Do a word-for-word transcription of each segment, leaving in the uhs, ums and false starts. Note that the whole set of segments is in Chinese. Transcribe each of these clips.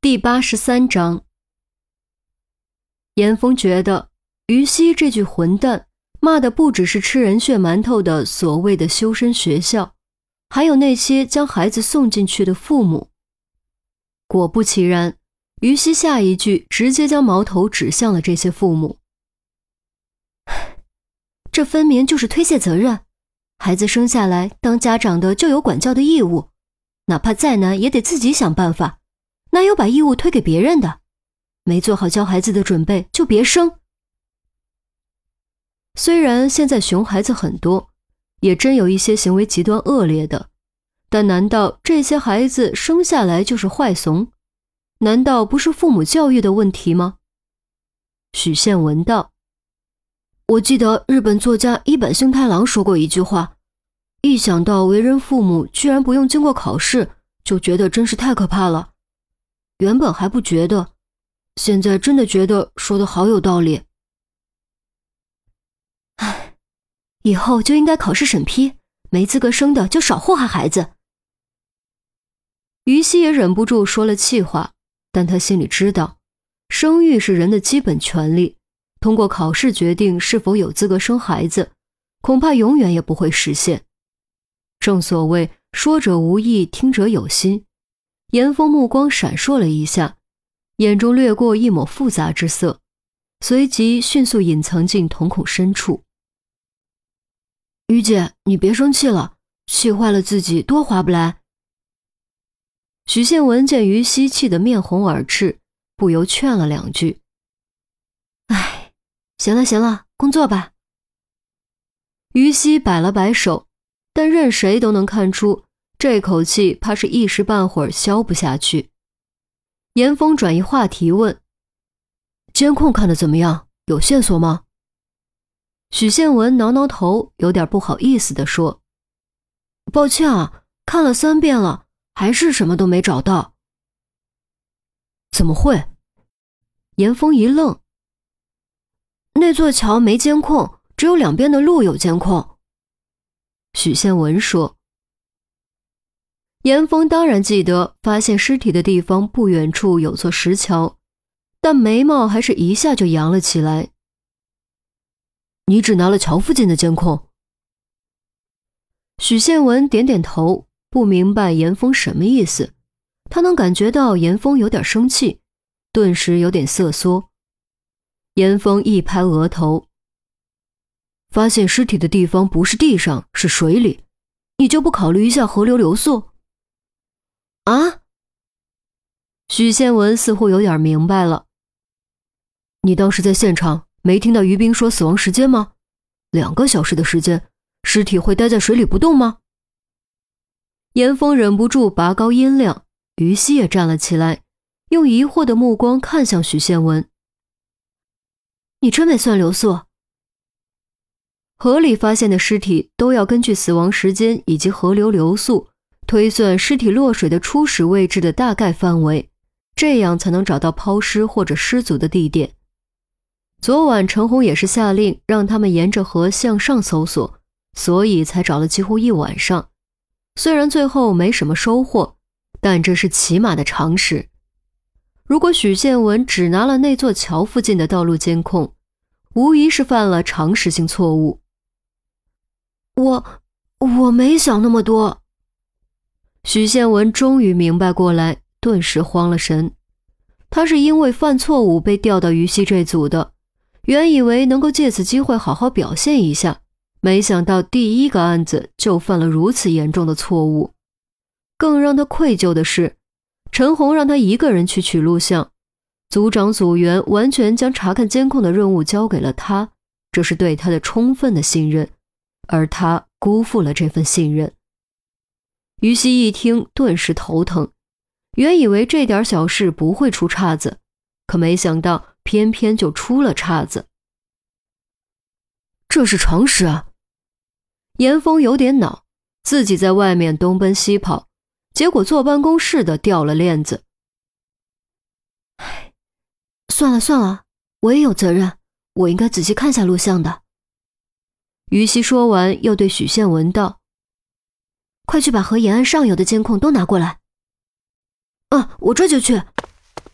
第八十三章。严峰觉得于西这句混蛋骂的不只是吃人血馒头的所谓的修身学校，还有那些将孩子送进去的父母。果不其然，于西下一句直接将矛头指向了这些父母。这分明就是推卸责任，孩子生下来当家长的就有管教的义务，哪怕再难也得自己想办法，哪有把义务推给别人的？没做好教孩子的准备就别生。虽然现在熊孩子很多，也真有一些行为极端恶劣的，但难道这些孩子生下来就是坏怂？难道不是父母教育的问题吗？许宪文道：我记得日本作家一坂幸太郎说过一句话，一想到为人父母居然不用经过考试，就觉得真是太可怕了。原本还不觉得，现在真的觉得说的好有道理。唉，以后就应该考试审批，没资格生的就少祸害孩子。于西也忍不住说了气话，但他心里知道，生育是人的基本权利，通过考试决定是否有资格生孩子，恐怕永远也不会实现。正所谓说者无意，听者有心。严峰目光闪烁了一下，眼中掠过一抹复杂之色，随即迅速隐藏进瞳孔深处。于姐，你别生气了，气坏了自己多划不来。许宪文见于西气得面红耳赤，不由劝了两句。唉，行了行了，工作吧。于西摆了摆手，但任谁都能看出这口气怕是一时半会儿消不下去。严峰转移话题问：监控看得怎么样？有线索吗？许宪文挠挠头，有点不好意思地说：抱歉啊，看了三遍了，还是什么都没找到。怎么会？严峰一愣。那座桥没监控，只有两边的路有监控。许宪文说。严峰当然记得发现尸体的地方不远处有座石桥，但眉毛还是一下就扬了起来。你只拿了桥附近的监控？许宪文点点头，不明白严峰什么意思。他能感觉到严峰有点生气，顿时有点瑟缩。严峰一拍额头：发现尸体的地方不是地上，是水里，你就不考虑一下河流流速？啊？许宪文似乎有点明白了。你当时在现场没听到于冰说死亡时间吗？两个小时的时间，尸体会待在水里不动吗？严峰忍不住拔高音量，于西也站了起来，用疑惑的目光看向许宪文。你真没算流速？河里发现的尸体都要根据死亡时间以及河流流速推算尸体落水的初始位置的大概范围，这样才能找到抛尸或者失足的地点。昨晚陈红也是下令让他们沿着河向上搜索，所以才找了几乎一晚上。虽然最后没什么收获，但这是起码的常识。如果许宪文只拿了那座桥附近的道路监控，无疑是犯了常识性错误。我我没想那么多。许宪文终于明白过来，顿时慌了神。他是因为犯错误被调到于西这组的，原以为能够借此机会好好表现一下，没想到第一个案子就犯了如此严重的错误。更让他愧疚的是，陈红让他一个人去取录像，组长组员完全将查看监控的任务交给了他，这是对他的充分的信任，而他辜负了这份信任。于西一听顿时头疼，原以为这点小事不会出岔子，可没想到偏偏就出了岔子。这是常识啊。严峰有点恼，自己在外面东奔西跑，结果坐办公室的掉了链子。唉，算了算了，我也有责任，我应该仔细看下录像的。于西说完又对许宪文道：快去把河沿岸上游的监控都拿过来。啊，我这就去。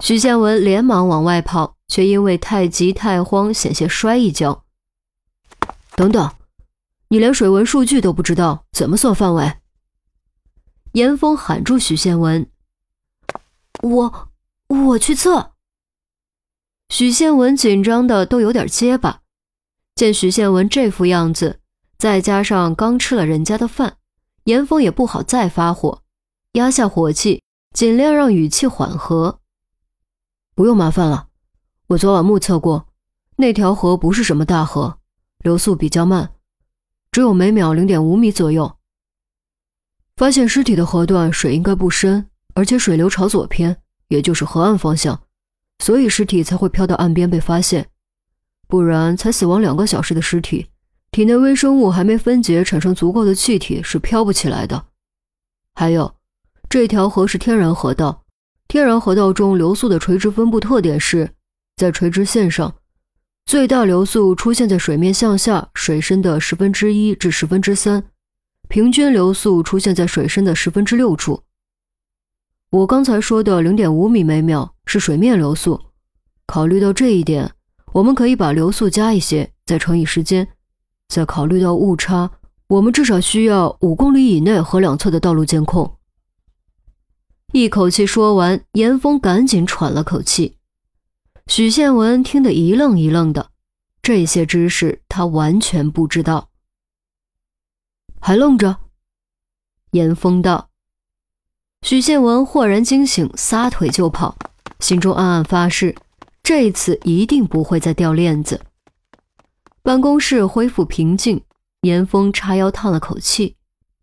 许宪文连忙往外跑，却因为太急太慌，险些摔一跤。等等，你连水文数据都不知道，怎么算范围？严峰喊住许宪文。我我去测。许宪文紧张的都有点结巴，见许宪文这副样子，再加上刚吃了人家的饭，严峰也不好再发火，压下火气，尽量让语气缓和。不用麻烦了，我昨晚目测过，那条河不是什么大河，流速比较慢，只有每秒 零点五米左右。发现尸体的河段水应该不深，而且水流朝左偏，也就是河岸方向，所以尸体才会飘到岸边被发现。不然才死亡两个小时的尸体，体内微生物还没分解产生足够的气体是飘不起来的。还有，这条河是天然河道，天然河道中流速的垂直分布特点是，在垂直线上，最大流速出现在水面向下水深的十分之一至十分之三，平均流速出现在水深的十分之六处。我刚才说的 零点五米每秒是水面流速，考虑到这一点，我们可以把流速加一些，再乘以时间，再考虑到误差，我们至少需要五公里以内河两侧的道路监控。一口气说完，严峰赶紧喘了口气。许宪文听得一愣一愣的，这些知识他完全不知道。还愣着？严峰道。许宪文豁然惊醒，撒腿就跑，心中暗暗发誓，这一次一定不会再掉链子。办公室恢复平静，严峰叉腰叹了口气，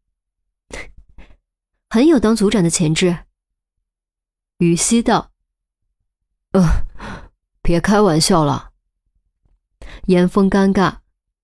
很有当组长的潜质。于西道：呃，别开玩笑了。严峰尴尬：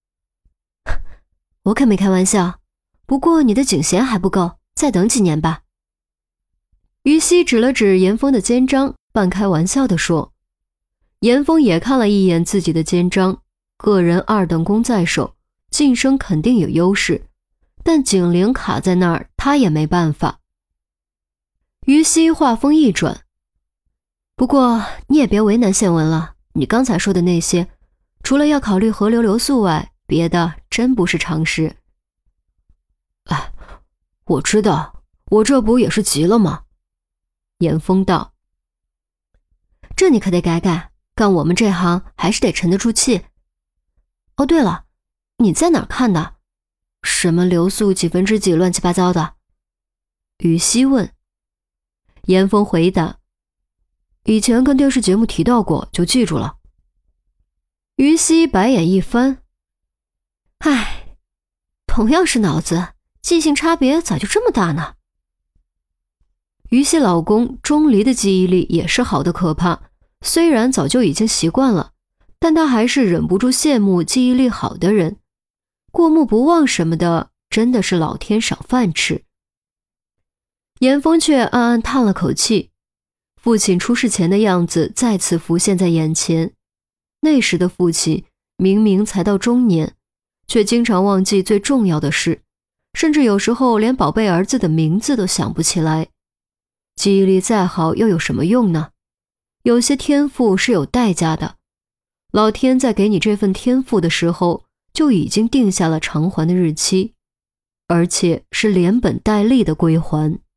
我可没开玩笑，不过你的警衔还不够，再等几年吧。于西指了指严峰的肩章，半开玩笑地说。严峰也看了一眼自己的肩章，个人二等功在手，晋升肯定有优势，但警铃卡在那儿，他也没办法。于西话锋一转：不过你也别为难宪文了，你刚才说的那些，除了要考虑河流流速外，别的真不是常识。哎，我知道，我这不也是急了吗？严峰道：这你可得改改，干我们这行还是得沉得住气。哦对了，你在哪儿看的？什么流速几分之几乱七八糟的？于西问。严峰回答：以前看电视节目提到过，就记住了。于西白眼一翻：唉，同样是脑子，记性差别咋就这么大呢？于西老公钟离的记忆力也是好的可怕，虽然早就已经习惯了，但他还是忍不住羡慕记忆力好的人。过目不忘什么的，真的是老天赏饭吃。严峰却暗暗叹了口气，父亲出事前的样子再次浮现在眼前。那时的父亲明明才到中年，却经常忘记最重要的事，甚至有时候连宝贝儿子的名字都想不起来。记忆力再好又有什么用呢？有些天赋是有代价的，老天在给你这份天赋的时候，就已经定下了偿还的日期，而且是连本带利的归还。